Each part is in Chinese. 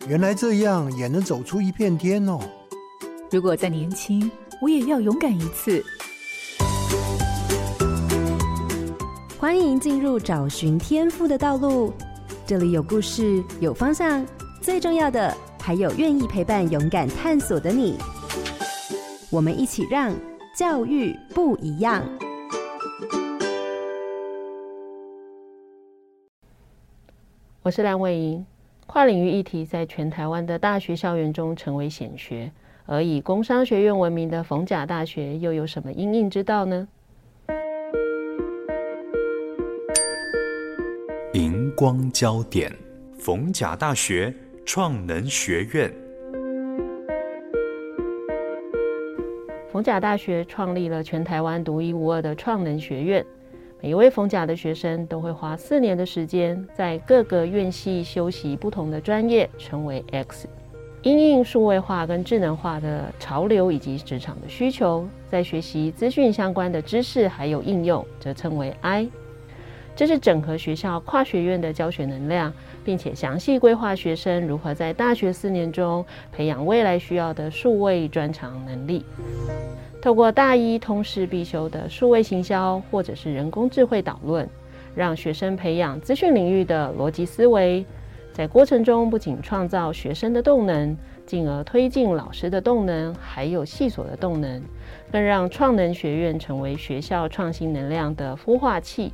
原来这样也能走出一片天哦。 如果再年轻，我也要勇敢一次。 欢迎进入找寻天赋的道路，这里有故事，有方向，最重要的还有愿意陪伴勇敢探索的你。我们一起让教育不一样。 我是蓝伟莹。跨领域议题在全台湾的大学校园中成为显学，而以工商学院闻名的逢甲大学又有什么因应之道呢？ 荧光焦点，逢甲大学创能学院。 逢甲大学创立了全台湾独一无二的创能学院，每一位逢甲的学生都会花4年的时间，在各个院系修习不同的专业，称为 X。因应数位化跟智能化的潮流以及职场的需求，在学习资讯相关的知识还有应用，则称为 I。这是整合学校跨学院的教学能量，并且详细规划学生如何在大学4年中培养未来需要的数位专长能力。透过大一通识必修的数位行销或者是人工智慧导论，让学生培养资讯领域的逻辑思维，在过程中不仅创造学生的动能，进而推进老师的动能，还有系所的动能，更让创能学院成为学校创新能量的孵化器。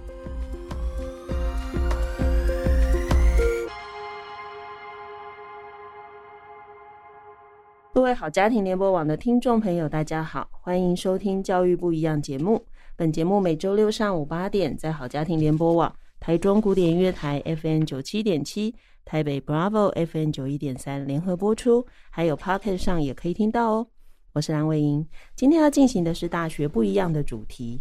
各位好家庭联播网的听众朋友大家好，欢迎收听教育不一样节目。本节目每周六上午8点在好家庭联播网、台中古典音乐台 FM 97.7、台北 Bravo FM 91.3 联合播出，还有 Podcast 上也可以听到哦。我是蓝伟莹，今天要进行的是大学不一样的主题。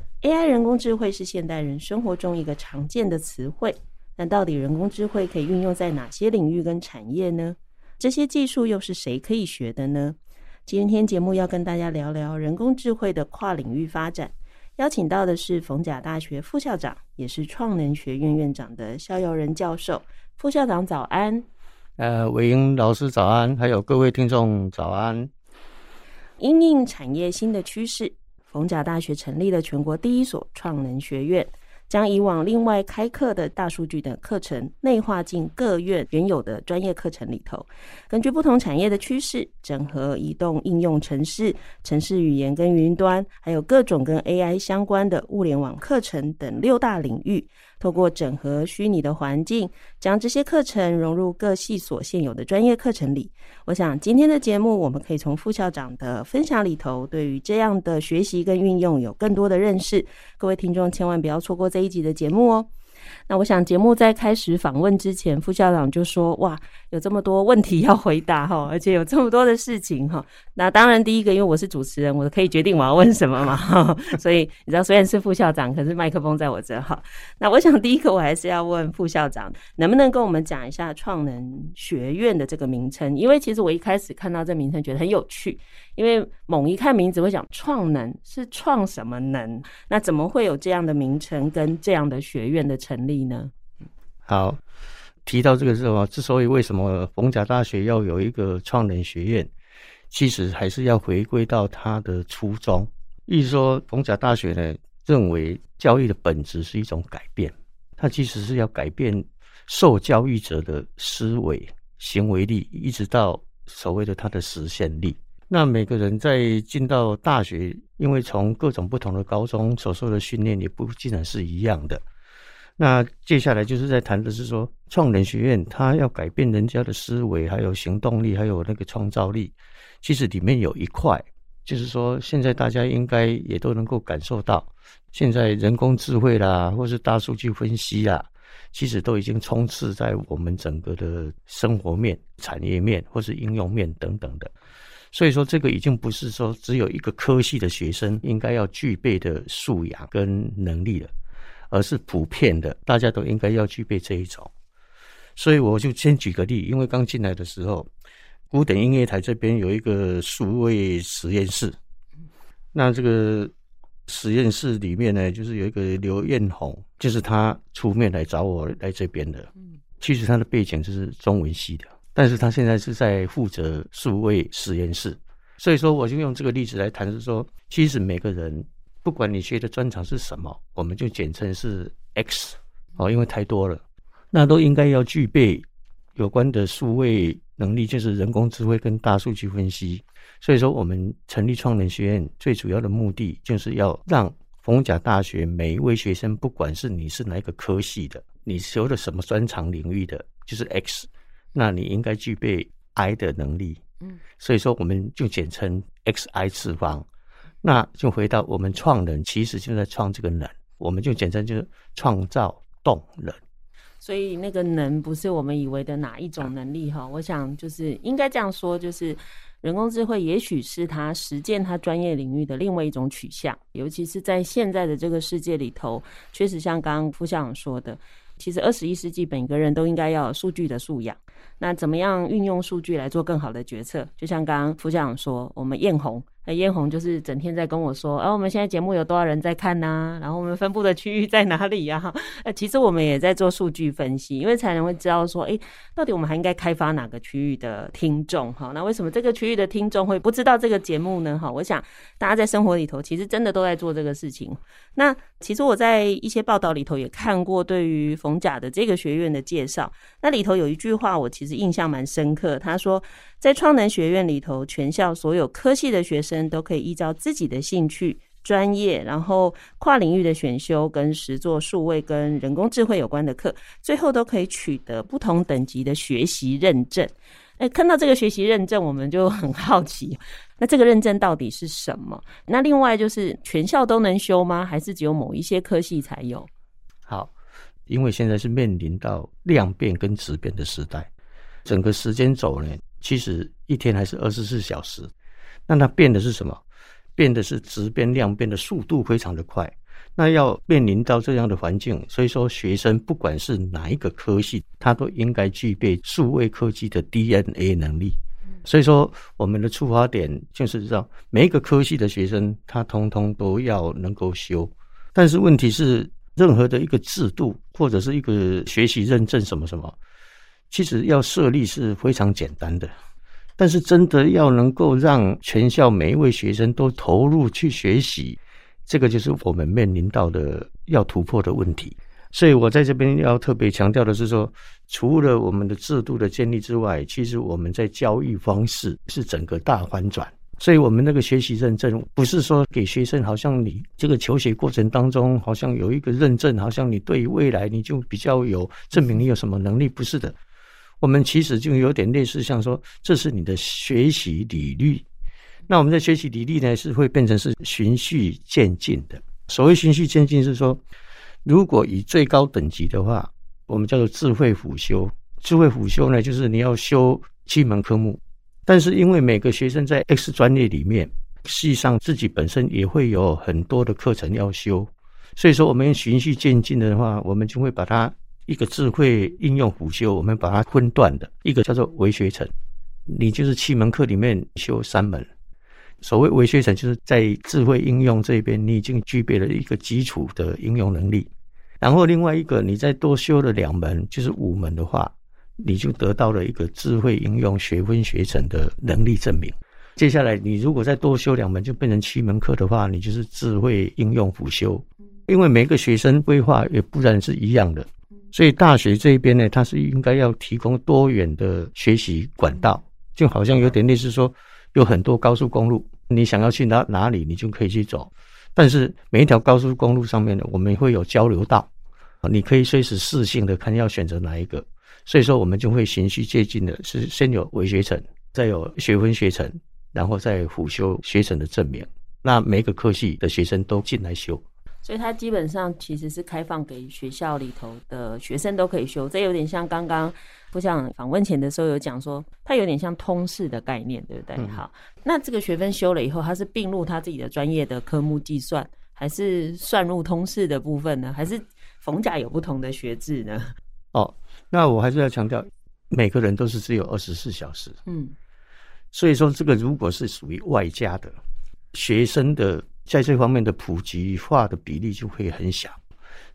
AI 人工智慧是现代人生活中一个常见的词汇，但到底人工智慧可以运用在哪些领域跟产业呢？这些技术又是谁可以学的呢？今天节目要跟大家聊聊人工智慧的跨领域发展，邀请到的是逢甲大学副校长，也是创能学院院长的萧尧仁教授。副校长早安。 伟莹老师早安，还有各位听众早安。 因应产业新的趋势，逢甲大学成立了全国第一所创能学院，将以往另外开课的大数据等课程内化进各院原有的专业课程里头，根据不同产业的趋势，整合移动应用程式、程式语言跟云端，还有各种跟 AI 相关的物联网课程等6大领域，透过整合虚拟的环境，将这些课程融入各系所现有的专业课程里。我想今天的节目我们可以从副校长的分享里头，对于这样的学习跟运用有更多的认识。各位听众千万不要错过这一集的节目哦。那我想节目在开始访问之前，副校长就说哇，有这么多问题要回答，而且有这么多的事情。那当然第一个，因为我是主持人，我可以决定我要问什么嘛，所以你知道虽然是副校长，可是麦克风在我这。那我想第一个我还是要问副校长，能不能跟我们讲一下创能学院的这个名称？因为其实我一开始看到这名称觉得很有趣，因为猛一看名字会想创能是创什么能，那怎么会有这样的名称跟这样的学院的成立呢？ 好，提到这个之后，之所以为什么逢甲大学要有一个创能学院，其实还是要回归到它的初衷。意思说逢甲大学呢认为教育的本质是一种改变，它其实是要改变受教育者的思维行为力，一直到所谓的它的实现力。那每个人在进到大学，因为从各种不同的高中所受的训练也不尽然是一样的，那接下来就是在谈的是说创能学院它要改变人家的思维，还有行动力，还有那个创造力。其实里面有一块就是说现在大家应该也都能够感受到，现在人工智慧啦，或是大数据分析啦，其实都已经充斥在我们整个的生活面、产业面或是应用面等等的。所以说这个已经不是说只有一个科系的学生应该要具备的素养跟能力了，而是普遍的大家都应该要具备这一种。所以我就先举个例，因为刚进来的时候古典音乐台这边有一个数位实验室，那这个实验室里面呢，就是有一个刘彦宏，就是他出面来找我来这边的。其实他的背景就是中文系的， 但是他现在是在负责数位实验室。所以说我就用这个例子来谈，是说其实每个人不管你学的专长是什么，我们就简称是 X 因为太多了，那都应该要具备有关的数位能力，就是人工智慧跟大数据分析。所以说我们成立创能学院最主要的目的就是要让逢甲大学每一位学生，不管是你是哪一个科系的，你修了什么专长领域的，就是 X， 那你应该具备 I 的能力。所以说我们就简称 XI 次方。那就回到我们创能其实就在创这个能，我们就简称就是创造动能。 所以那个能不是我们以为的哪一种能力我想就是应该这样说，就是人工智慧也许是他实践他专业领域的另外一种取向，尤其是在现在的这个世界里头，确实像刚刚副校长说的，其实21世纪每个人都应该要有数据的素养。那怎么样运用数据来做更好的决策？就像刚刚副校长说，我们艳红就是整天在跟我说，我们现在节目有多少人在看啊，然后我们分布的区域在哪里啊？其实我们也在做数据分析，因为才能会知道说，到底我们还应该开发哪个区域的听众？那为什么这个区域的听众会不知道这个节目呢？我想大家在生活里头其实真的都在做这个事情。那其实我在一些报道里头也看过对于逢甲的这个学院的介绍，那里头有一句话我其实印象蛮深刻，他说在创能学院里头，全校所有科系的学生都可以依照自己的兴趣、专业，然后跨领域的选修跟实作数位跟人工智慧有关的课，最后都可以取得不同等级的学习认证。看到这个学习认证我们就很好奇，那这个认证到底是什么？那另外就是全校都能修吗？还是只有某一些科系才有？ 好，因为现在是面临到量变跟质变的时代，整个时间轴呢，其实一天还是24小时，那它变的是什么？变的是质变量变的速度非常的快。那要面临到这样的环境，所以说学生不管是哪一个科系，他都应该具备数位科技的 DNA 能力。所以说我们的出发点就是让每一个科系的学生他通通都要能够修。但是问题是任何的一个制度或者是一个学习认证什么什么，其实要设立是非常简单的，但是真的要能够让全校每一位学生都投入去学习，这个就是我们面临到的要突破的问题。所以我在这边要特别强调的是说，除了我们的制度的建立之外，其实我们在教育方式是整个大反转。所以我们那个学习认证不是说给学生好像你这个求学过程当中好像有一个认证，好像你对于未来你就比较有证明你有什么能力，不是的。我们其实就有点类似像说这是你的学习履历，那我们的学习履历呢是会变成是循序渐进的。所谓循序渐进是说，如果以最高等级的话，我们叫做智慧辅修。智慧辅修呢就是你要修7门科目，但是因为每个学生在 X 专业里面系上自己本身也会有很多的课程要修，所以说我们循序渐进的话，我们就会把它一个智慧应用辅修，我们把它分段的，一个叫做微学程，你就是7门课里面修3门。所谓微学程就是在智慧应用这边你已经具备了一个基础的应用能力，然后另外一个你再多修了2门就是5门的话，你就得到了一个智慧应用学分学程的能力证明。接下来你如果再多修2门就变成7门课的话，你就是智慧应用辅修。因为每个学生规划也不然是一样的，所以大学这边呢，它是应该要提供多元的学习管道，就好像有点类似说有很多高速公路，你想要去哪里你就可以去走，但是每一条高速公路上面呢，我们会有交流道，你可以随时适性的看要选择哪一个。所以说我们就会循序渐进的，是先有微学程，再有学分学程，然后再辅修学程的证明，那每个科系的学生都进来修。 所以它基本上其实是开放给学校里头的学生都可以修，这有点像刚刚不像访问前的时候有讲说，它有点像通识的概念，对不对？好，那这个学分修了以后，它是并入他自己的专业的科目计算，还是算入通识的部分呢？还是逢甲有不同的学制呢？ 那我还是要强调，每个人都是只有24小时。所以说这个如果是属于外加的，学生的在这方面的普及化的比例就会很小。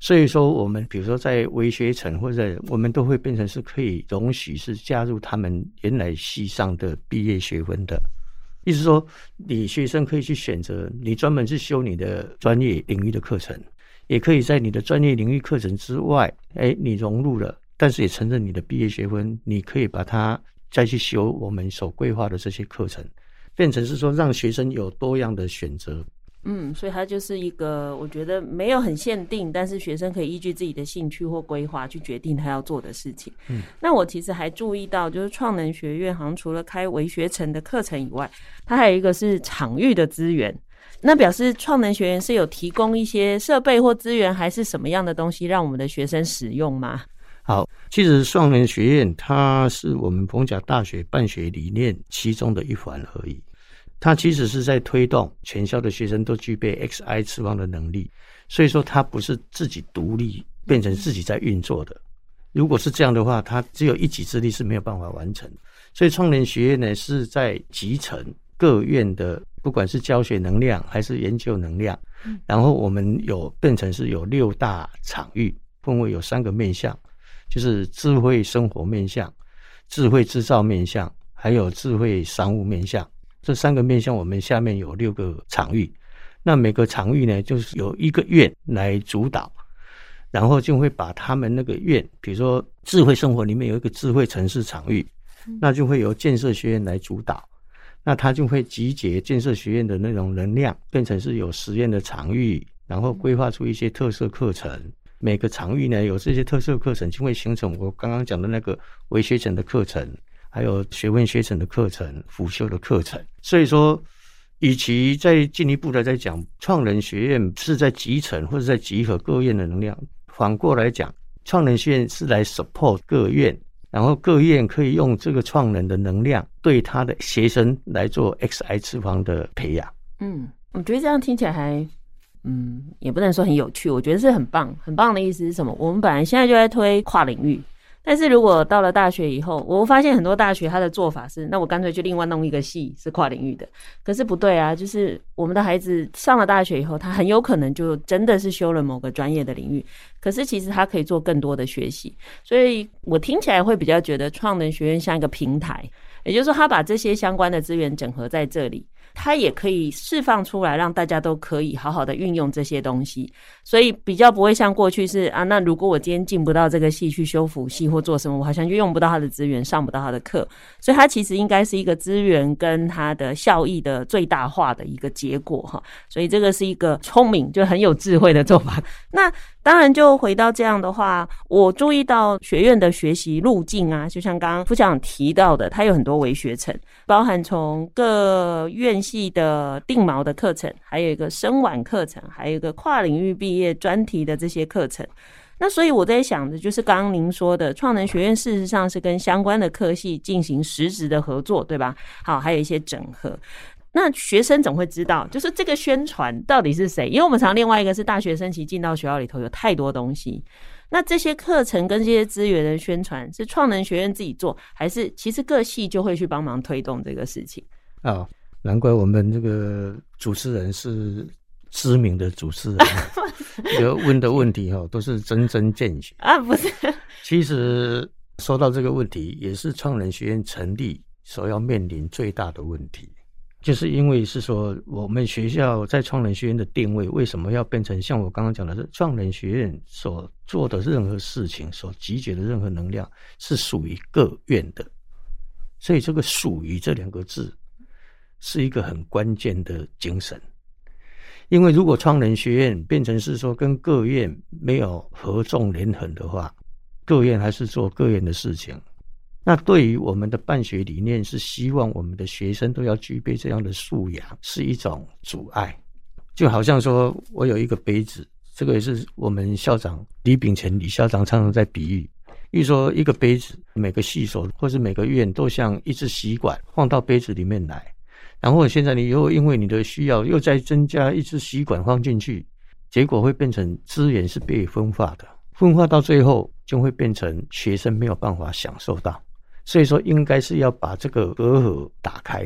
所以说我们比如说在微学程或者我们都会变成是可以容许是加入他们原来系上的毕业学分的，意思说你学生可以去选择你专门是修你的专业领域的课程，也可以在你的专业领域课程之外你融入了，但是也承认你的毕业学分，你可以把它再去修我们所规划的这些课程，变成是说让学生有多样的选择。 所以它就是一个我觉得没有很限定，但是学生可以依据自己的兴趣或规划去决定他要做的事情。那我其实还注意到，就是创能学院好像除了开微学程的课程以外，它还有一个是场域的资源。那表示创能学院是有提供一些设备或资源，还是什么样的东西让我们的学生使用吗？ 好，其实创能学院它是我们逢甲大学办学理念其中的一环而已。它其实是在推动全校的学生都具备 XI 次方的能力，所以说它不是自己独立变成自己在运作的。如果是这样的话，它只有一己之力是没有办法完成。所以创能学院呢是在集成各院的不管是教学能量还是研究能量，然后我们有变成是有6大场域，分为有3个面向，就是智慧生活面向、智慧制造面向还有智慧商务面向。这3个面向我们下面有6个场域，那每个场域呢就是有一个院来主导，然后就会把他们那个院，比如说智慧生活里面有一个智慧城市场域，那就会由建设学院来主导，那他就会集结建设学院的那种能量，变成是有实验的场域，然后规划出一些特色课程。每个场域呢有这些特色课程，就会形成我刚刚讲的那个微学程的课程，还有学问学程的课程、辅修的课程。所以说与其再进一步的在讲创能学院是在集成或者在集合各院的能量，反过来讲创能学院是来 support 各院，然后各院可以用这个创能的能量对他的学生来做 XI 次方的培养。 我觉得这样听起来还也不能说很有趣，我觉得是很棒。很棒的意思是什么？我们本来现在就在推跨领域，但是如果到了大学以后，我发现很多大学它的做法是，那我干脆就另外弄一个系是跨领域的。可是不对啊，就是我们的孩子上了大学以后，他很有可能就真的是修了某个专业的领域，可是其实他可以做更多的学习。所以我听起来会比较觉得创能学院像一个平台，也就是说他把这些相关的资源整合在这里，它也可以释放出来，让大家都可以好好的运用这些东西。所以比较不会像过去是那如果我今天进不到这个系去修辅系或做什么，我好像就用不到它的资源，上不到它的课。所以它其实应该是一个资源跟它的效益的最大化的一个结果哈。所以这个是一个聪明就很有智慧的做法。那当然就回到这样的话，我注意到学院的学习路径啊，就像刚刚副校长提到的，它有很多微学程，包含从各院系的定锚的课程，还有一个升晚课程，还有一个跨领域毕业专题的这些课程。那所以我在想的就是刚刚您说的创能学院事实上是跟相关的科系进行实质的合作，对吧？好，还有一些整合。那学生总会知道就是这个宣传到底是谁，因为我们常另外一个是大学生其实进到学校里头有太多东西，那这些课程跟这些资源的宣传是创能学院自己做，还是其实各系就会去帮忙推动这个事情？ 难怪我们这个主持人是知名的主持人这个问的问题都是针针见血不是。 其实说到这个问题，也是创能学院成立所要面临最大的问题，就是因为是说我们学校在创能学院的定位为什么要变成像我刚刚讲的是创能学院所做的任何事情所集结的任何能量是属于各院的，所以这个属于这2个字是一个很关键的精神。因为如果创能学院变成是说跟各院没有合纵连横的话，各院还是做各院的事情，那对于我们的办学理念是希望我们的学生都要具备这样的素养，是一种阻碍。就好像说我有一个杯子，这个也是我们校长李秉乾李校长常常在比喻，比如说一个杯子，每个系所或是每个院都像一支吸管放到杯子里面来，然后现在你又因为你的需要又再增加一支吸管放进去，结果会变成资源是被分化的，分化到最后就会变成学生没有办法享受到。所以说应该是要把这个隔阂打开的，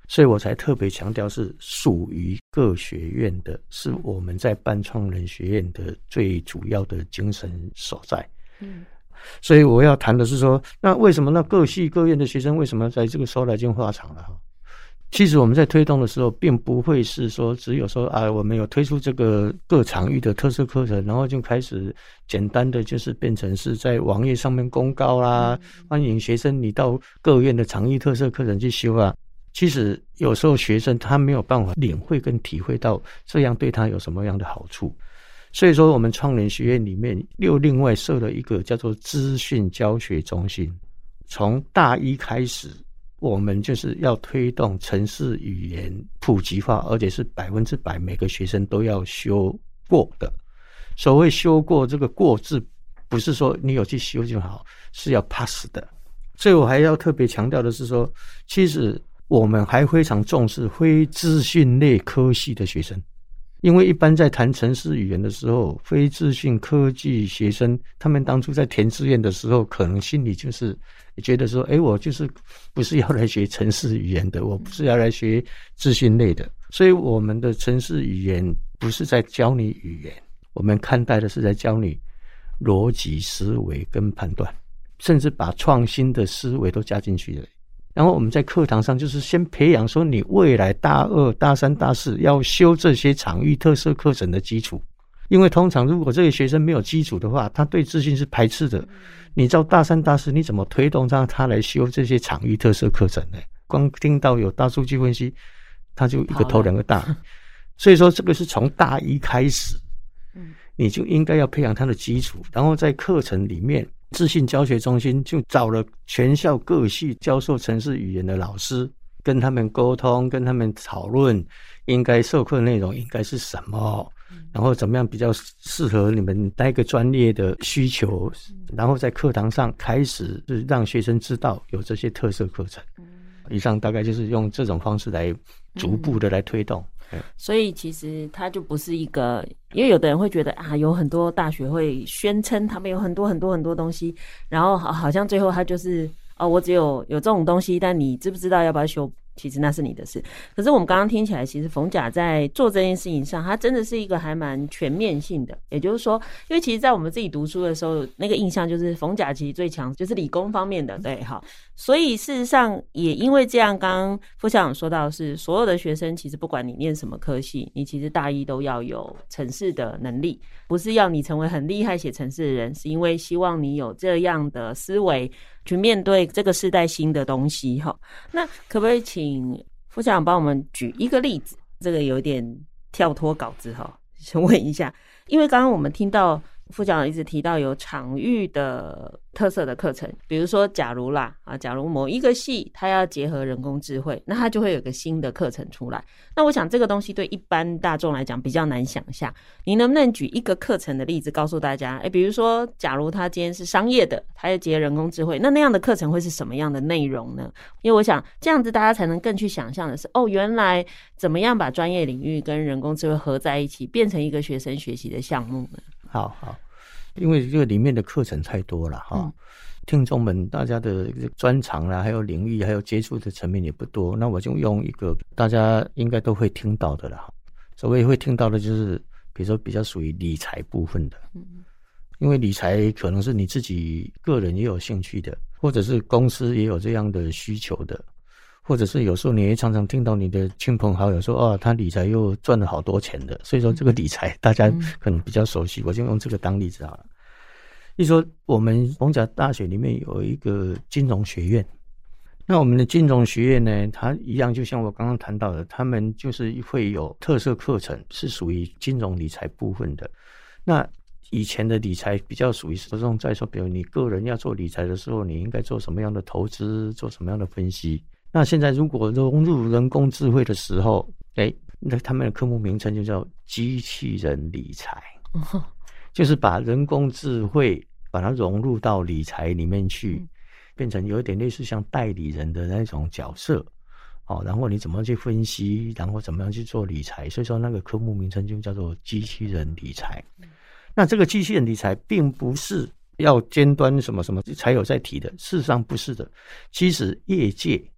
所以我才特别强调是属于各学院的，是我们在办创人学院的最主要的精神所在。所以我要谈的是说，那为什么那各系各院的学生为什么在这个时候来进化场了？其实我们在推动的时候，并不会是说只有说我们有推出这个各场域的特色课程，然后就开始简单的就是变成是在网页上面公告啦，欢迎学生你到各院的场域特色课程去修啊。其实有时候学生他没有办法领会跟体会到这样对他有什么样的好处，所以说我们创人学院里面又另外设了一个叫做资讯教学中心，从大一开始我们就是要推动程式语言普及化，而且是100%每个学生都要修过的。所谓修过，这个过字不是说你有去修就好，是要 pass 的。所以我还要特别强调的是说，其实我们还非常重视非资讯类科系的学生，因为一般在谈程式语言的时候，非资讯科技学生他们当初在填志愿的时候，可能心里就是觉得说，我就是不是要来学程式语言的，我不是要来学资讯类的。所以我们的程式语言不是在教你语言，我们看待的是在教你逻辑思维跟判断，甚至把创新的思维都加进去了。然后我们在课堂上就是先培养说你未来大2、大3、大4要修这些场域特色课程的基础，因为通常如果这个学生没有基础的话，他对资讯是排斥的。你到大3、大4你怎么推动让他来修这些场域特色课程呢？光听到有大数据分析，他就一个头两个大。所以说这个是从大一开始，你就应该要培养他的基础，然后在课程里面资讯教学中心就找了全校各系教授程式语言的老师，跟他们沟通，跟他们讨论应该授课内容应该是什么，然后怎么样比较适合你们那个专业的需求，然后在课堂上开始让学生知道有这些特色课程。以上大概就是用这种方式来逐步的来推动。 所以其实它就不是一个，因为有的人会觉得有很多大学会宣称他们有很多很多很多东西，然后好像最后他就是我只有这种东西，但你知不知道要不要修，其实那是你的事。可是我们刚刚听起来，其实逢甲在做这件事情上，它真的是一个还蛮全面性的。也就是说，因为其实在我们自己读书的时候，那个印象就是逢甲其实最强就是理工方面的，对，好。所以事实上也因为这样，刚刚副校长说到是所有的学生其实不管你念什么科系，你其实大一都要有程式的能力，不是要你成为很厉害写程式的人，是因为希望你有这样的思维去面对这个世代新的东西。那可不可以请副校长帮我们举一个例子？这个有点跳脱稿子先问一下，因为刚刚我们听到副校长一直提到有场域的特色的课程，比如说假如某一个系它要结合人工智慧，那它就会有个新的课程出来。那我想这个东西对一般大众来讲比较难想象，你能不能举一个课程的例子告诉大家？比如说假如它今天是商业的，它要结合人工智慧，那样的课程会是什么样的内容呢？因为我想这样子大家才能更去想象的是，原来怎么样把专业领域跟人工智慧合在一起，变成一个学生学习的项目呢？ 好，因为这个里面的课程太多了听众们大家的专长啦，还有领域，还有接触的层面也不多，那我就用一个大家应该都会听到的啦。所谓会听到的就是比如说比较属于理财部分的，因为理财可能是你自己个人也有兴趣的，或者是公司也有这样的需求的，或者是有时候你也常常听到你的亲朋好友说他理财又赚了好多钱的，所以说这个理财大家可能比较熟悉，我就用这个当例子好了。例如说我们逢甲大学里面有一个金融学院，那我们的金融学院呢，它一样就像我刚刚谈到的，他们就是会有特色课程是属于金融理财部分的。那以前的理财比较属于着重在说，比如你个人要做理财的时候，你应该做什么样的投资，做什么样的分析。那现在如果融入人工智慧的时候，那他们的科目名称就叫机器人理财，就是把人工智慧把它融入到理财里面去，变成有一点类似像代理人的那种角色，然后你怎么去分析，然后怎么样去做理财，所以说那个科目名称就叫做机器人理财。那这个机器人理财并不是要尖端什么什么才有在提的，事实上不是的。其实业界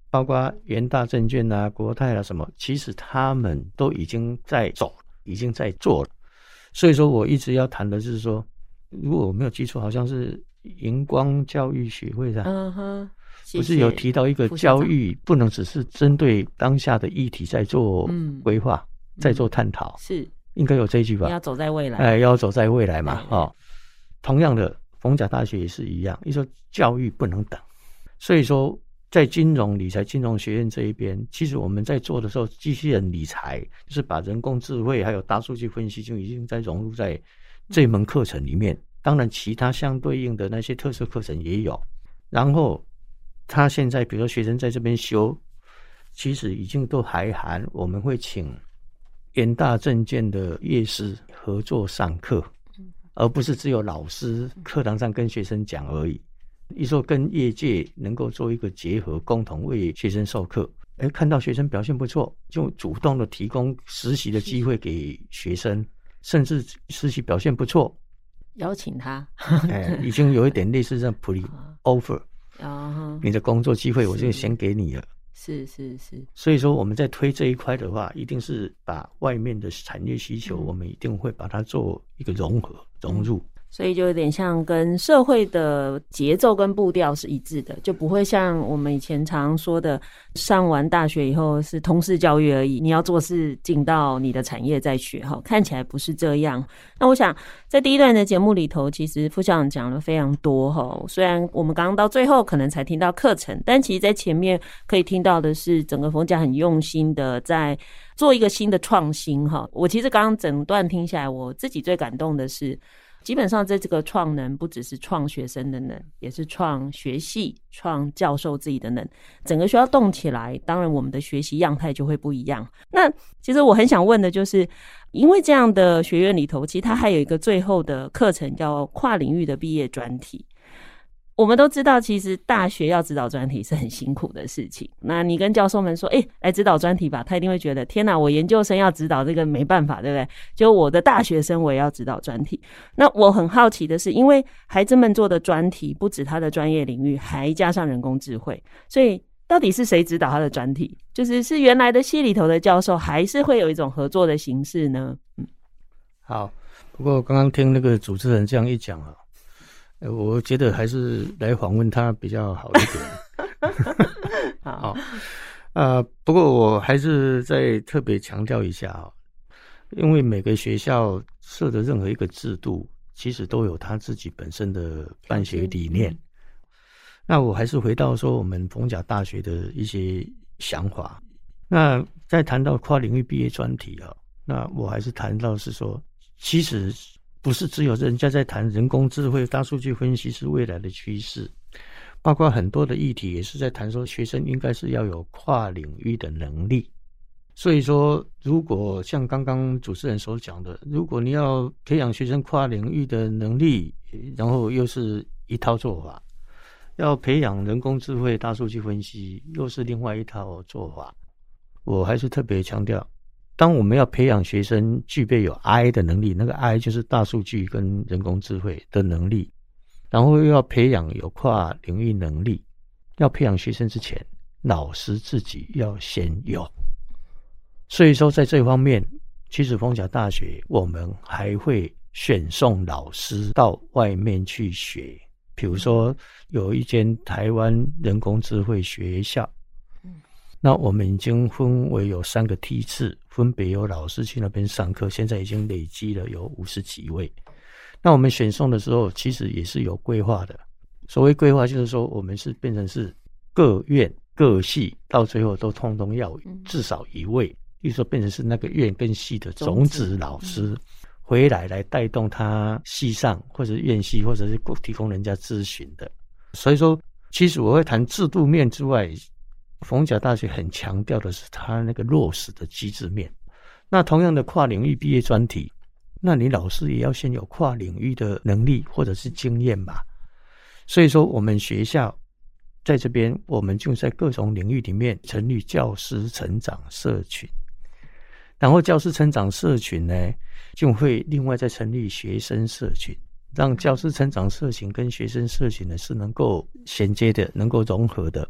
包括元大证券啊、国泰啊什么，其实他们都已经在走，已经在做了。所以说我一直要谈的是说，如果我没有记错，好像是荧光教育学会的， 谢谢， 不是有提到一个教育不能只是针对当下的议题在做规划，在做探讨， 是应该有这一句吧？ 要走在未来， 要走在未来嘛，同样的，逢甲大学也是一样，一说教育不能等，所以说在金融理财金融学院这一边，其实我们在做的时候，机器人理财就是把人工智慧还有大数据分析就已经在融入在这门课程里面。当然其他相对应的那些特色课程也有，然后他现在比如说学生在这边修，其实已经都还含我们会请元大证券的业师合作上课，而不是只有老师课堂上跟学生讲而已。一说跟业界能够做一个结合，共同为学生授课，看到学生表现不错，就主动的提供实习的机会给学生，甚至实习表现不错， 邀请他已经有一点类似这样 pre offer， 你的工作机会我就先给你了。 是， 所以说我们在推这一块的话，一定是把外面的产业需求，我们一定会把它做一个融入。 所以就有点像跟社会的节奏跟步调是一致的，就不会像我们以前常说的上完大学以后是通识教育而已，你要做事进到你的产业再学，看起来不是这样。那我想在第一段的节目里头，其实副校长讲了非常多，虽然我们刚刚到最后可能才听到课程，但其实在前面可以听到的是整个逢甲很用心的在做一个新的创新。我其实刚刚整段听下来，我自己最感动的是基本上在这个创能不只是创学生的能，也是创学系创教授自己的能，整个学校动起来，当然我们的学习样态就会不一样。那其实我很想问的就是因为这样的学院里头，其实它还有一个最后的课程叫跨领域的毕业专题。我们都知道其实大学要指导专题是很辛苦的事情，那你跟教授们说来指导专题吧，他一定会觉得天哪，我研究生要指导这个没办法，对不对？就我的大学生我也要指导专题。那我很好奇的是，因为孩子们做的专题不止他的专业领域，还加上人工智慧，所以到底是谁指导他的专题？是原来的系里头的教授，还是会有一种合作的形式呢？ 好，不过刚刚听那个主持人这样一讲我觉得还是来访问他比较好一点。好，不过我还是再特别强调一下因为每个学校设的任何一个制度，其实都有他自己本身的办学理念。那我还是回到说我们逢甲大学的一些想法。那在谈到跨领域毕业专题那我还是谈到是说，其实不是只有人家在谈人工智慧、大数据分析是未来的趋势，包括很多的议题也是在谈说学生应该是要有跨领域的能力。所以说如果像刚刚主持人所讲的，如果你要培养学生跨领域的能力，然后又是一套做法，要培养人工智慧、大数据分析又是另外一套做法。我还是特别强调，当我们要培养学生具备有 I 的能力，那个 I 就是大数据跟人工智慧的能力，然后又要培养有跨领域能力，要培养学生之前，老师自己要先有。所以说在这方面，其实逢甲大学我们还会选送老师到外面去学，比如说有一间台湾人工智慧学校，那我们已经分为有3个梯次，分别有老师去那边上课，现在已经累积了有50几位。那我们选送的时候其实也是有规划的，所谓规划就是说我们是变成是各院各系到最后都通通要至少1位，比如说变成是那个院跟系的种子老师回来带动他系上或者院系或者是提供人家咨询的。所以说其实我会谈制度面之外，逢甲大学很强调的是他那个落实的机制面。那同样的跨领域毕业专题，那你老师也要先有跨领域的能力或者是经验吧。所以说我们学校在这边，我们就在各种领域里面成立教师成长社群，然后教师成长社群呢就会另外再成立学生社群，让教师成长社群跟学生社群呢是能够衔接的，能够融合的。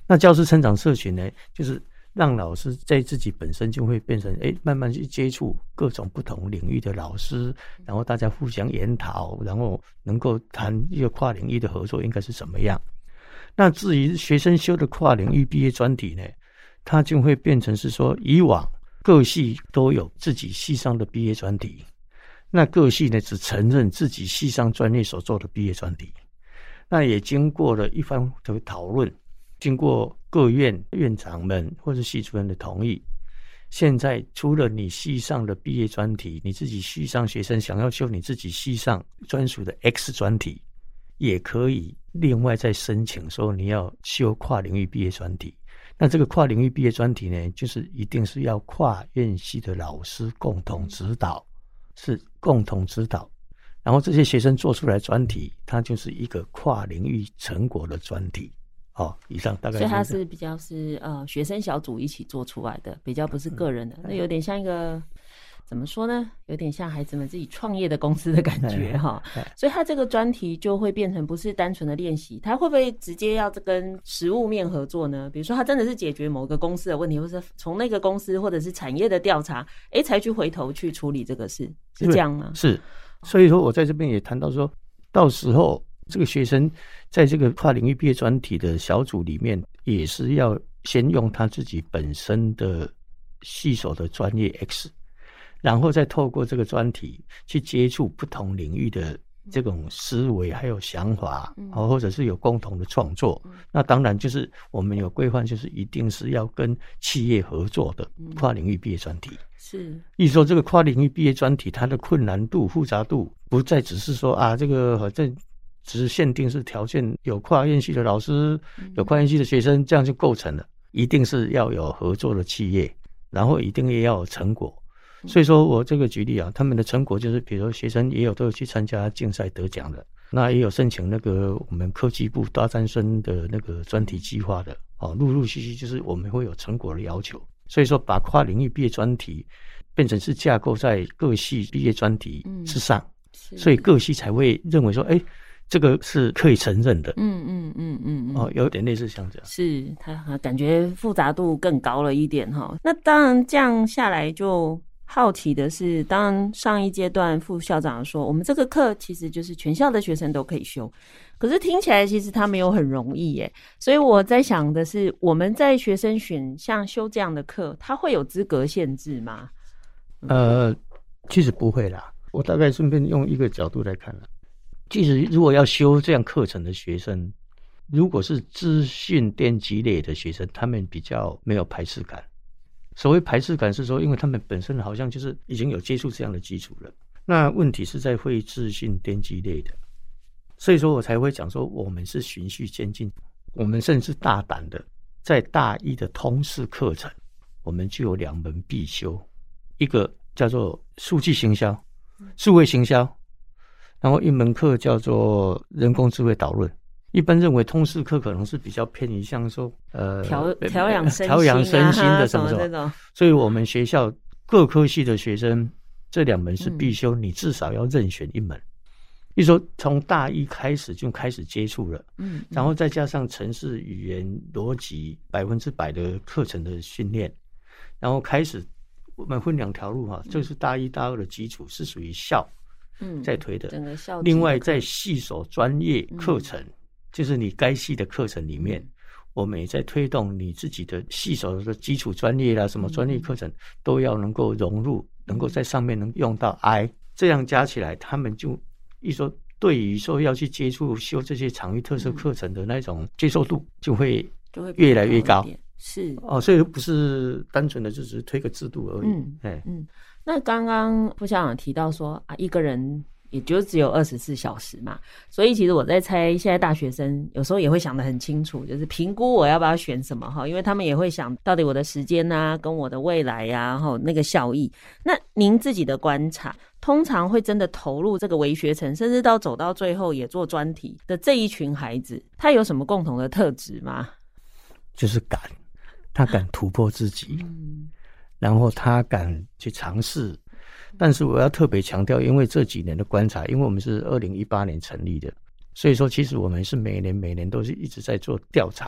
那教师成长社群呢，就是让老师在自己本身就会变成慢慢去接触各种不同领域的老师，然后大家互相研讨，然后能够谈一个跨领域的合作应该是怎么样。那至于学生修的跨领域毕业专题呢，它就会变成是说，以往各系都有自己系上的毕业专题，那各系呢只承认自己系上专业所做的毕业专题。那也经过了一番的讨论，经过各院院长们或是系主任的同意，现在除了你系上的毕业专题，你自己系上学生想要修你自己系上专属的 X 专题，也可以另外再申请说你要修跨领域毕业专题。那这个跨领域毕业专题呢，就是一定是要跨院系的老师共同指导，是共同指导，然后这些学生做出来专题，它就是一个跨领域成果的专题。以上大概。 所以它是比较是学生小组一起做出来的，比较不是个人的，那有点像一个怎么说呢？有点像孩子们自己创业的公司的感觉哈。所以它这个专题就会变成不是单纯的练习，它会不会直接要跟实务面合作呢？比如说它真的是解决某个公司的问题，或是从那个公司或者是产业的调查，才去回头去处理这个事，是这样吗？ 是。所以说我在这边也谈到说，到时候这个学生在这个跨领域毕业专题的小组里面，也是要先用他自己本身的系所的专业 X， 然后再透过这个专题去接触不同领域的这种思维还有想法，或者是有共同的创作。那当然就是我们有规范，就是一定是要跟企业合作的跨领域毕业专题。 是， 意思说这个跨领域毕业专题它的困难度复杂度不再只是说这个反正只是限定是条件有跨院系的老师，有跨院系的学生，这样就构成了，一定是要有合作的企业，然后一定也要有成果。所以说我这个举例他们的成果就是比如说学生都有去参加竞赛得奖的，那也有申请那个我们科技部大专生的那个专题计划的，陆陆续续就是我们会有成果的要求。所以说把跨领域毕业专题变成是架构在各系毕业专题之上，所以各系才会认为说这个是可以承认的。有点类似像这样。 是，它感觉复杂度更高了一点哈。那当然这样下来就好奇的是，当然上一阶段副校长说我们这个课其实就是全校的学生都可以修，可是听起来其实它没有很容易耶。所以我在想的是，我们在学生选项修这样的课，它会有资格限制吗？ 其实不会啦。我大概顺便用一个角度来看啦，其实如果要修这样课程的学生，如果是资讯电机类的学生，他们比较没有排斥感。所谓排斥感是说，因为他们本身好像就是已经有接触这样的基础了。那问题是在会资讯电机类的，所以说我才会讲说，我们是循序渐进，我们甚至大胆的在大一的通识课程，我们就有2门必修，一个叫做数据行销、数位行销，然后一门课叫做人工智慧导论。一般认为通识课可能是比较偏于像说调养身心的什么这种， 所以我们学校各科系的学生这2门是必修，你至少要任选1门。比如说从大一开始就开始接触了，然后再加上程式语言逻辑100%的课程的训练，然后开始我们分2条路这是大一大二的基础是属于校在推的， 整个校另外在系所专业课程，就是你该系的课程里面，我们也在推动你自己的系所的基础专业啦，什么专业课程都要能够融入，能够在上面能用到 I， 这样加起来，他们就一说对于说要去接触修这些场域特色课程的那种接受度就会越来越高。 是所以不是单纯的就只是推个制度而已。 那刚刚副校长提到说一个人也就只有24小时嘛，所以其实我在猜，现在大学生有时候也会想得很清楚，就是评估我要不要选什么因为他们也会想到底我的时间跟我的未来那个效益。那您自己的观察，通常会真的投入这个微学程，甚至走到最后也做专题的这一群孩子，他有什么共同的特质吗？ 就是他敢突破自己，然后他敢去尝试。但是我要特别强调，因为这几年的观察，因为我们是2018年成立的，所以说其实我们是每年都是一直在做调查，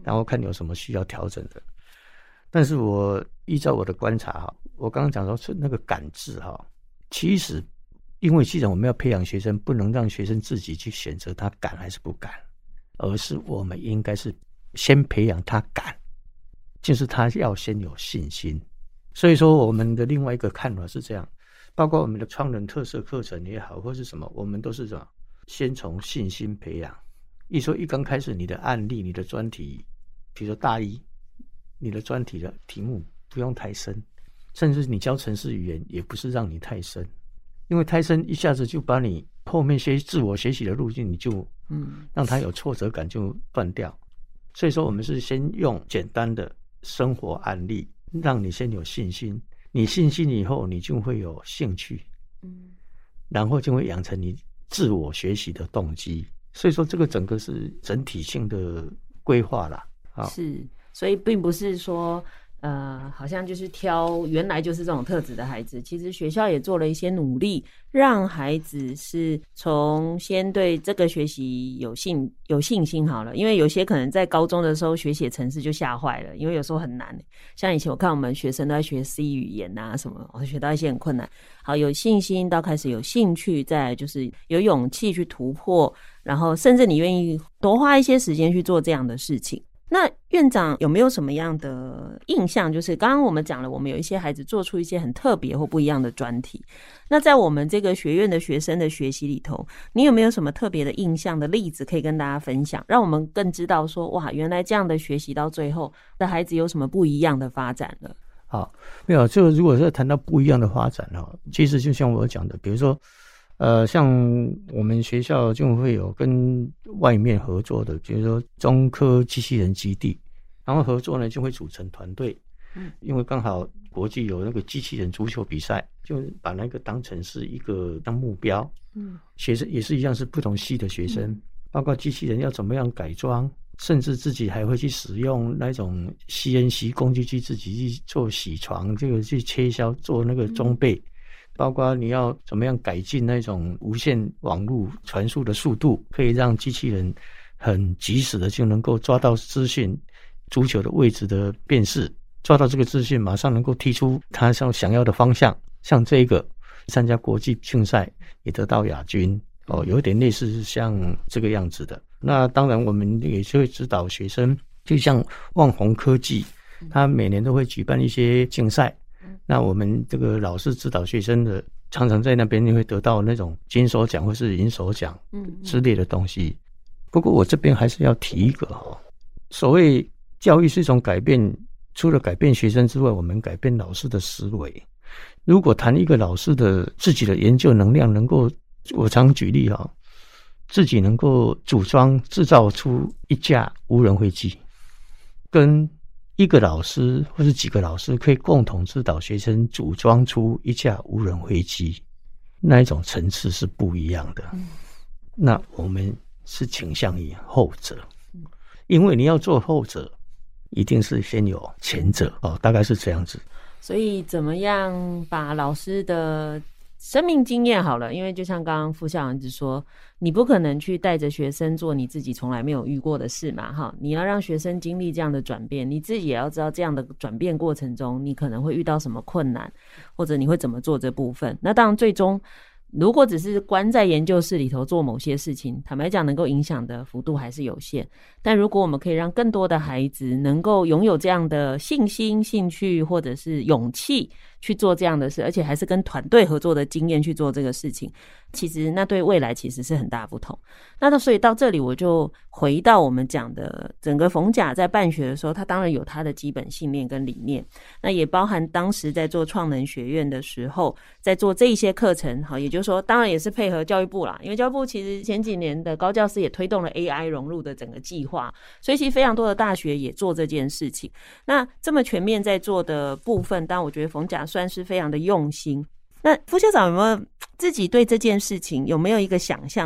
然后看有什么需要调整的。但是我依照我的观察哈，我刚刚讲说是那个敢字哈，其实因为既然我们要培养学生，不能让学生自己去选择他敢还是不敢，而是我们应该是先培养他敢，就是他要先有信心。所以说我们的另外一个看法是这样，包括我们的创人特色课程也好，或是什么，我们都是什么，先从信心培养。一说一刚开始你的案例，你的专题，比如说大一你的专题的题目不用太深，甚至你教程式语言也不是让你太深，因为太深一下子就把你后面自我学习的路径你就让他有挫折感就断掉。所以说我们是先用简单的生活案例让你先有信心，你信心以后你就会有兴趣，然后就会养成你自我学习的动机。所以说这个整个是整体性的规划啦。 是，所以并不是说好像就是挑原来就是这种特质的孩子，其实学校也做了一些努力，让孩子是从先对这个学习有信心好了，因为有些可能在高中的时候学写程式就吓坏了，因为有时候很难，像以前我看我们学生都在学 C 语言啊什么，我学到一些很困难。好，有信心到开始有兴趣，再来就是有勇气去突破，然后甚至你愿意多花一些时间去做这样的事情。那院长有没有什么样的印象，就是刚刚我们讲了，我们有一些孩子做出一些很特别或不一样的专题，那在我们这个学院的学生的学习里头，你有没有什么特别的印象的例子可以跟大家分享，让我们更知道说，哇，原来这样的学习到最后的孩子有什么不一样的发展了？ 好，没有，就如果是谈到不一样的发展其实就像我讲的，比如说像我们学校就会有跟外面合作的，比如说中科机器人基地，然后合作呢就会组成团队，因为刚好国际有那个机器人足球比赛，就把那个当成是一个当目标，学生也是一样，是不同系的学生，包括机器人要怎么样改装，甚至自己还会去使用那种 CNC 工具机，自己去做铣床，这个去切削做那个装备，包括你要怎么样改进那种无线网络传输的速度，可以让机器人很及时的就能够抓到资讯，足球的位置的辨识，抓到这个资讯马上能够踢出他想要的方向。像这个参加国际竞赛也得到亚军有点类似像这个样子的。那当然我们也就会指导学生，就像旺宏科技他每年都会举办一些竞赛，那我们这个老师指导学生的常常在那边会得到那种金手奖或是银手奖之类的东西。不过我这边还是要提一个所谓教育是一种改变，除了改变学生之外，我们改变老师的思维。如果谈一个老师的自己的研究能量能够，我常举例自己能够组装制造出一架无人飞机，跟一个老师或是几个老师可以共同指导学生组装出一架无人飞机，那一种层次是不一样的。那我们是倾向于后者，因为你要做后者一定是先有前者大概是这样子。 所以怎么样把老师的生命经验好了，因为就像刚刚副校长一直说，你不可能去带着学生做你自己从来没有遇过的事嘛，你要让学生经历这样的转变，你自己也要知道这样的转变过程中你可能会遇到什么困难，或者你会怎么做这部分。那当然最终如果只是关在研究室里头做某些事情，坦白讲能够影响的幅度还是有限，但如果我们可以让更多的孩子能够拥有这样的信心、兴趣或者是勇气去做这样的事，而且还是跟团队合作的经验去做这个事情，其实那对未来其实是很大不同。那所以到这里我就回到我们讲的整个逢甲在办学的时候，他当然有他的基本信念跟理念，那也包含当时在做创能学院的时候在做这一些课程，也就是说当然也是配合教育部啦，因为教育部其实前几年的高教师也推动了 AI 融入的整个计划，所以其实非常多的大学也做这件事情。那这么全面在做的部分，当然我觉得逢甲算是非常的用心。那副校长有没有自己对这件事情有没有一个想象，是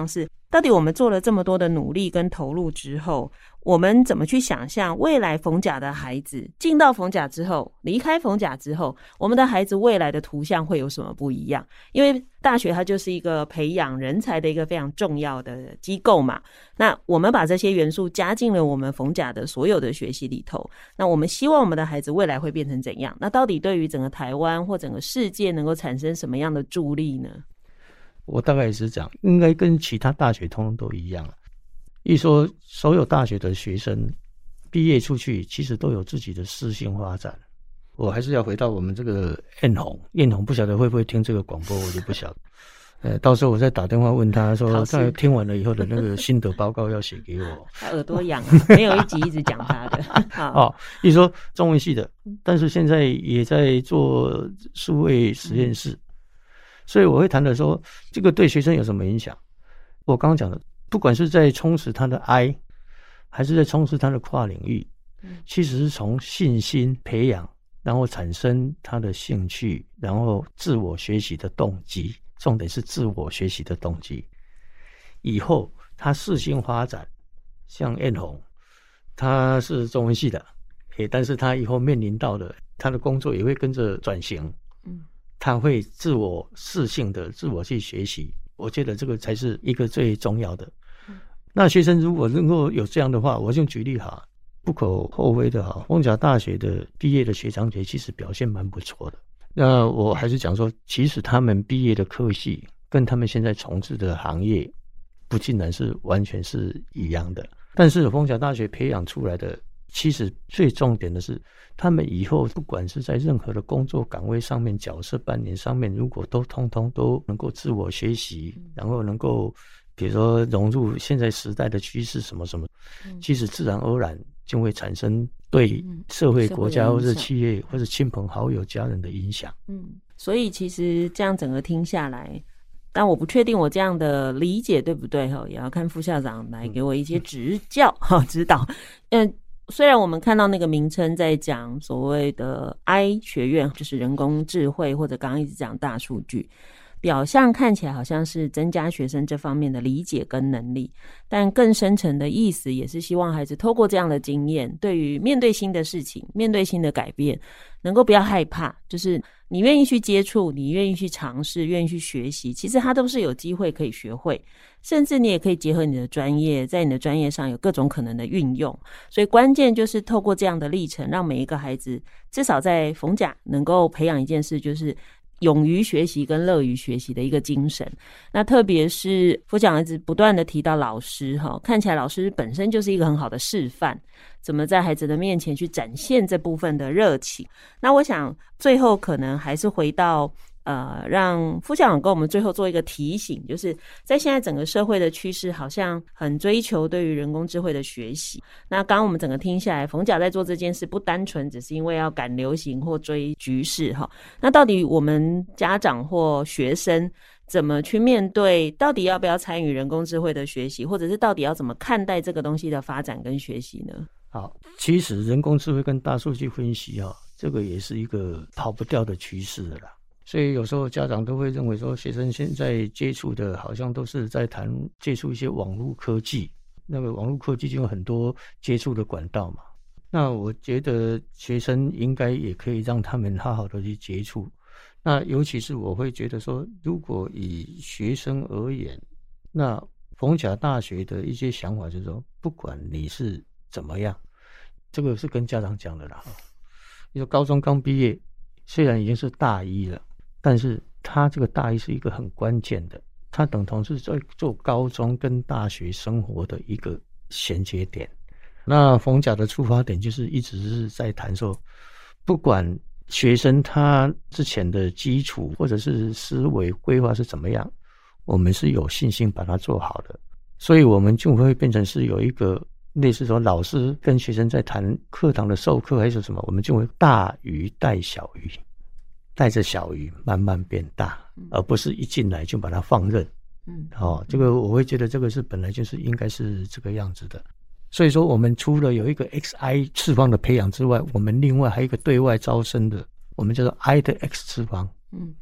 到底我们做了这么多的努力跟投入之后，我们怎么去想象未来逢甲的孩子进到逢甲之后，离开逢甲之后，我们的孩子未来的图像会有什么不一样？因为大学它就是一个培养人才的一个非常重要的机构嘛。那我们把这些元素加进了我们逢甲的所有的学习里头，那我们希望我们的孩子未来会变成怎样？那到底对于整个台湾或整个世界能够产生什么样的助力呢？ 我大概也是讲，应该跟其他大学通通都一样了。一说所有大学的学生毕业出去，其实都有自己的私性发展。我还是要回到我们这个燕红不晓得会不会听这个广播，我就不晓得。到时候我再打电话问他说，他听完了以后的那个心得报告要写给我。 他耳朵痒啊，没有一集一直讲他的。 一说中文系的，但是现在也在做数位实验室。所以我会谈的说，这个对学生有什么影响？我刚刚讲的，不管是在充实他的 I， 还是在充实他的跨领域，其实是从信心培养，然后产生他的兴趣，然后自我学习的动机，重点是自我学习的动机。以后他适性发展，像燕红，他是中文系的，但是他以后面临到的他的工作也会跟着转型。他会自我适性的自我去学习，我觉得这个才是一个最重要的。那学生如果能够有这样的话，我就举例哈，不可厚非的哈，逢甲大学的毕业的学长姐其实表现蛮不错的。那我还是讲说，其实他们毕业的科系跟他们现在从事的行业不尽然是完全是一样的，但是逢甲大学培养出来的，其实最重点的是，他们以后不管是在任何的工作岗位上面、角色扮演上面，如果都通通都能够自我学习，然后能够比如说融入现在时代的趋势什么什么，其实自然而然就会产生对社会、国家或者企业或者亲朋好友、家人的影响。 所以其实这样整个听下来，但我不确定我这样的理解对不对，也要看副校长来给我一些指教指导。虽然我们看到那个名称在讲所谓的 I 学院，就是人工智慧，或者刚刚一直讲大数据，表象看起来好像是增加学生这方面的理解跟能力，但更深层的意思也是希望孩子透过这样的经验，对于面对新的事情、面对新的改变，能够不要害怕，就是你愿意去接触，你愿意去尝试，愿意去学习，其实它都是有机会可以学会，甚至你也可以结合你的专业，在你的专业上有各种可能的运用。所以关键就是透过这样的历程，让每一个孩子至少在逢甲能够培养一件事，就是勇于学习跟乐于学习的一个精神。那特别是副校长一直不断的提到老师看起来老师本身就是一个很好的示范，怎么在孩子的面前去展现这部分的热情。那我想最后可能还是回到让副校长跟我们最后做一个提醒，就是在现在整个社会的趋势好像很追求对于人工智慧的学习。那刚刚我们整个听下来，逢甲在做这件事不单纯只是因为要赶流行或追局势那到底我们家长或学生怎么去面对，到底要不要参与人工智慧的学习，或者是到底要怎么看待这个东西的发展跟学习呢？ 好，其实人工智慧跟大数据分析这个也是一个跑不掉的趋势的啦。所以有时候家长都会认为说，学生现在接触的好像都是在谈接触一些网络科技，那个网络科技就有很多接触的管道嘛。那我觉得学生应该也可以让他们好好的去接触。那尤其是我会觉得说，如果以学生而言，那逢甲大学的一些想法就是说，不管你是怎么样，这个是跟家长讲的啦。你说高中刚毕业，虽然已经是大一了，但是他这个大一是一个很关键的，他等同是在做高中跟大学生活的一个衔接点。那逢甲的出发点就是一直是在谈说，不管学生他之前的基础或者是思维规划是怎么样，我们是有信心把它做好的。所以我们就会变成是有一个类似说老师跟学生在谈课堂的授课还是什么，我们就会大鱼带小鱼，带着小鱼慢慢变大，而不是一进来就把它放任。这个我会觉得这个是本来就是应该是这个样子的。所以说我们除了有一个 XI 次方的培养之外，我们另外还有一个对外招生的，我们叫做 I 的 X 次方。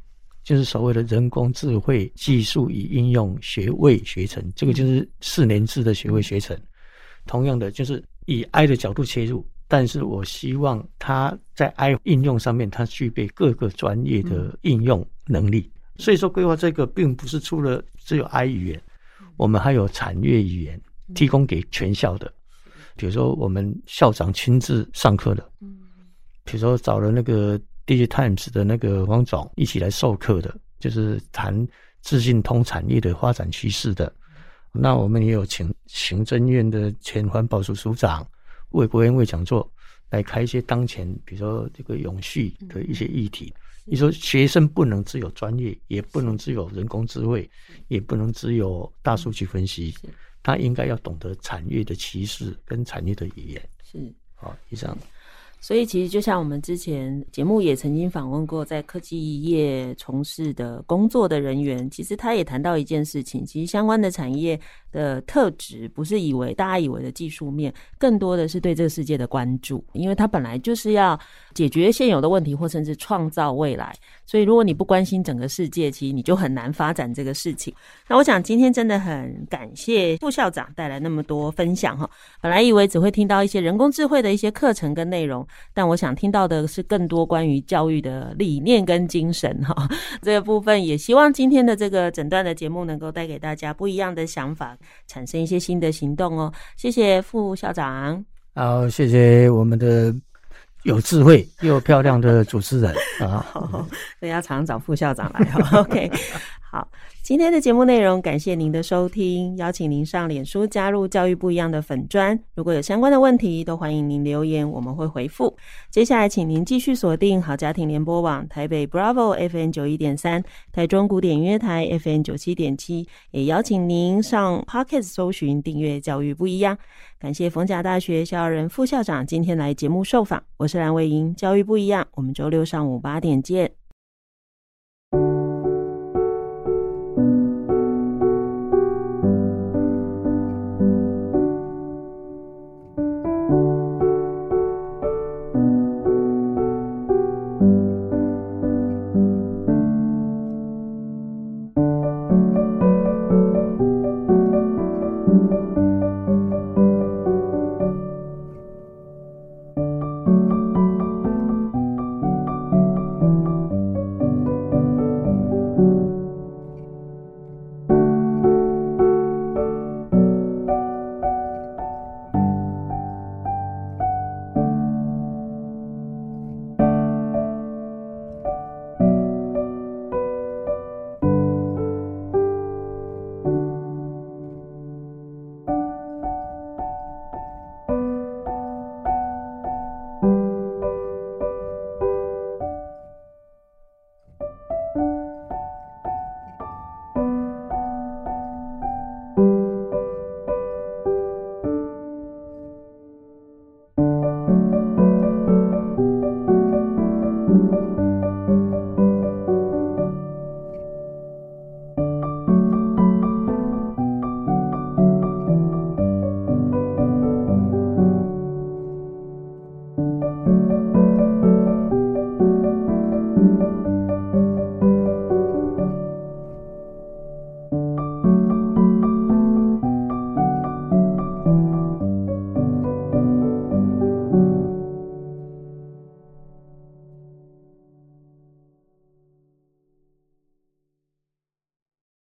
就是所谓的人工智慧技术与应用学位学程，这个就是4年制的学位学程。同样的，就是以 I 的角度切入，但是我希望它在 I 应用上面，它具备各个专业的应用能力。所以说，规划这个并不是除了只有 I 语言，我们还有产业语言提供给全校的。比如说，我们校长亲自上课的，比如说找了那个 DigiTimes 的那个王总一起来授课的，就是谈资讯通产业的发展趋势的。那我们也有请行政院的前环保署署长为国研会讲座，来开一些当前比如说这个永续的一些议题。你说学生不能只有专业，也不能只有人工智慧，也不能只有大数据分析，他应该要懂得产业的趋势跟产业的语言。 是， 好，以上。 所以其实就像我们之前节目也曾经访问过在科技业从事的工作的人员，其实他也谈到一件事情，其实相关的产业的特质不是大家以为的技术面，更多的是对这个世界的关注，因为他本来就是要解决现有的问题或甚至创造未来，所以如果你不关心整个世界，其实你就很难发展这个事情。那我想今天真的很感谢副校长带来那么多分享哈，本来以为只会听到一些人工智慧的一些课程跟内容，但我想听到的是更多关于教育的理念跟精神哈。这个部分也希望今天的这个整段的节目能够带给大家不一样的想法，产生一些新的行动哦。谢谢副校长。 好，谢谢我们的有智慧又漂亮的主持人啊。 好，所以要常找副校长来哦。OK， 好，今天的节目内容感谢您的收听，邀请您上脸书加入教育不一样的粉专，如果有相关的问题都欢迎您留言，我们会回复。接下来请您继续锁定好家庭联播网台北 Bravo FM 91.3，台中古典音乐台 FM 97.7，也邀请您上 Podcast 搜寻订阅教育不一样。感谢逢甲大学肖耀仁副校长今天来节目受访，我是蓝蔚莹，教育不一样，我们周六上午8点见。